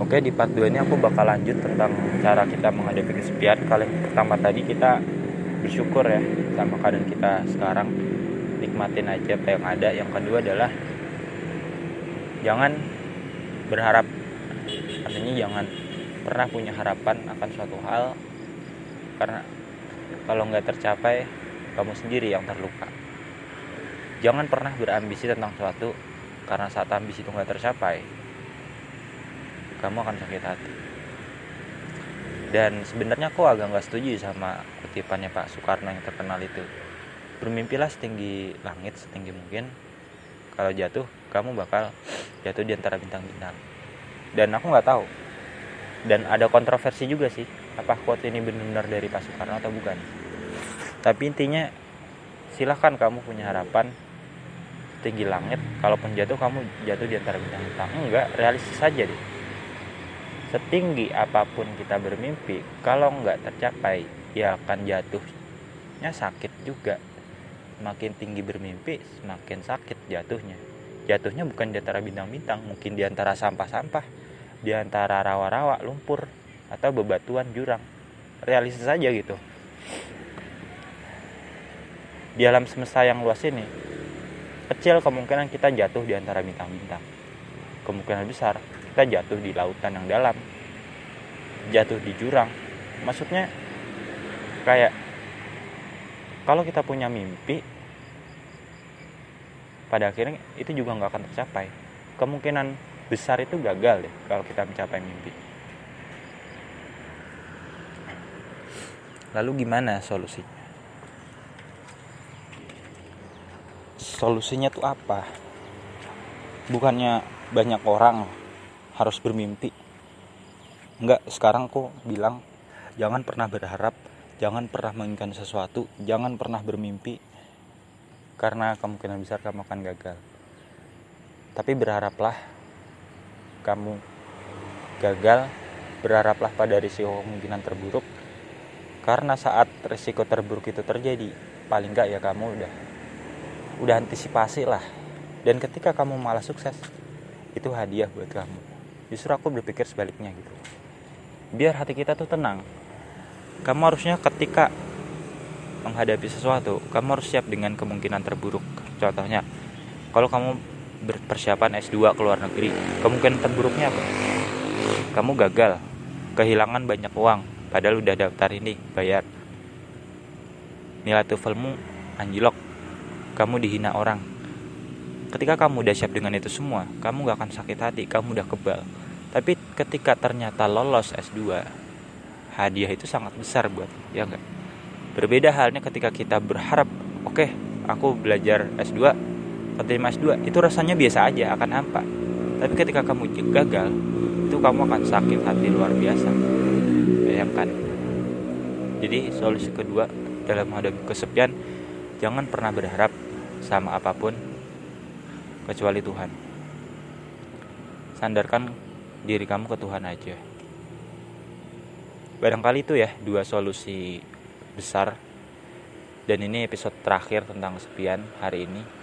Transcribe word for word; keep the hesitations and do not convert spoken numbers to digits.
Oke, di part dua ini aku bakal lanjut tentang cara kita menghadapi kesepian. Kali pertama tadi kita bersyukur ya sama keadaan kita sekarang, nikmatin aja apa yang ada. Yang kedua adalah jangan berharap, artinya jangan pernah punya harapan akan suatu hal, karena kalau nggak tercapai kamu sendiri yang terluka. Jangan pernah berambisi tentang suatu, karena saat ambisi itu nggak tercapai kamu akan sakit hati. Dan sebenarnya aku agak nggak setuju sama kutipannya Pak Soekarno yang terkenal itu, bermimpilah setinggi langit, setinggi mungkin, kalau jatuh kamu bakal jatuh di antara bintang-bintang. Dan aku nggak tahu, dan ada kontroversi juga sih, apa quote ini benar-benar dari Pak Soekarno atau bukan. Tapi intinya silahkan kamu punya harapan tinggi langit, kalaupun jatuh kamu jatuh di antara bintang-bintang. Enggak, realistis saja deh. Setinggi apapun kita bermimpi, kalau nggak tercapai ya akan jatuhnya sakit juga. Semakin tinggi bermimpi semakin sakit jatuhnya. Jatuhnya bukan di antara bintang-bintang, mungkin di antara sampah-sampah, di antara rawa-rawa, lumpur, atau bebatuan jurang. Realistis saja gitu. Di alam semesta yang luas ini, kecil kemungkinan kita jatuh di antara bintang-bintang. Kemungkinan besar kita jatuh di lautan yang dalam, jatuh di jurang. Maksudnya kayak kalau kita punya mimpi, pada akhirnya itu juga nggak akan tercapai. Kemungkinan besar itu gagal deh kalau kita mencapai mimpi. Lalu gimana solusinya? Solusinya tuh apa? Bukannya banyak orang harus bermimpi. Enggak, sekarang kok bilang jangan pernah berharap, jangan pernah menginginkan sesuatu, jangan pernah bermimpi, karena kemungkinan besar kamu akan gagal. Tapi berharaplah kamu gagal, berharaplah pada risiko kemungkinan terburuk, karena saat risiko terburuk itu terjadi, paling enggak ya kamu udah udah antisipasi lah. Dan ketika kamu malah sukses, itu hadiah buat kamu. Justru aku berpikir sebaliknya gitu, biar hati kita tuh tenang. Kamu harusnya ketika menghadapi sesuatu, kamu harus siap dengan kemungkinan terburuk. Contohnya, kalau kamu berpersiapan S dua ke luar negeri, kemungkinan terburuknya apa? Kamu gagal, kehilangan banyak uang, padahal udah daftar ini, bayar. Nilai TOEFL-mu anjlok, kamu dihina orang. Ketika kamu udah siap dengan itu semua, kamu gak akan sakit hati, kamu udah kebal. Tapi ketika ternyata lolos S dua, hadiah itu sangat besar buat, ya enggak? Berbeda halnya ketika kita berharap, oke, okay, aku belajar S dua, keterima S dua, itu rasanya biasa aja, akan hampa. Tapi ketika kamu gagal, itu kamu akan sakit hati luar biasa. Bayangkan. Jadi solusi kedua dalam menghadapi kesepian, jangan pernah berharap sama apapun kecuali Tuhan. Sandarkan diri kamu ke Tuhan aja. Barangkali itu ya dua solusi besar. Dan ini episode terakhir tentang kesepian hari ini.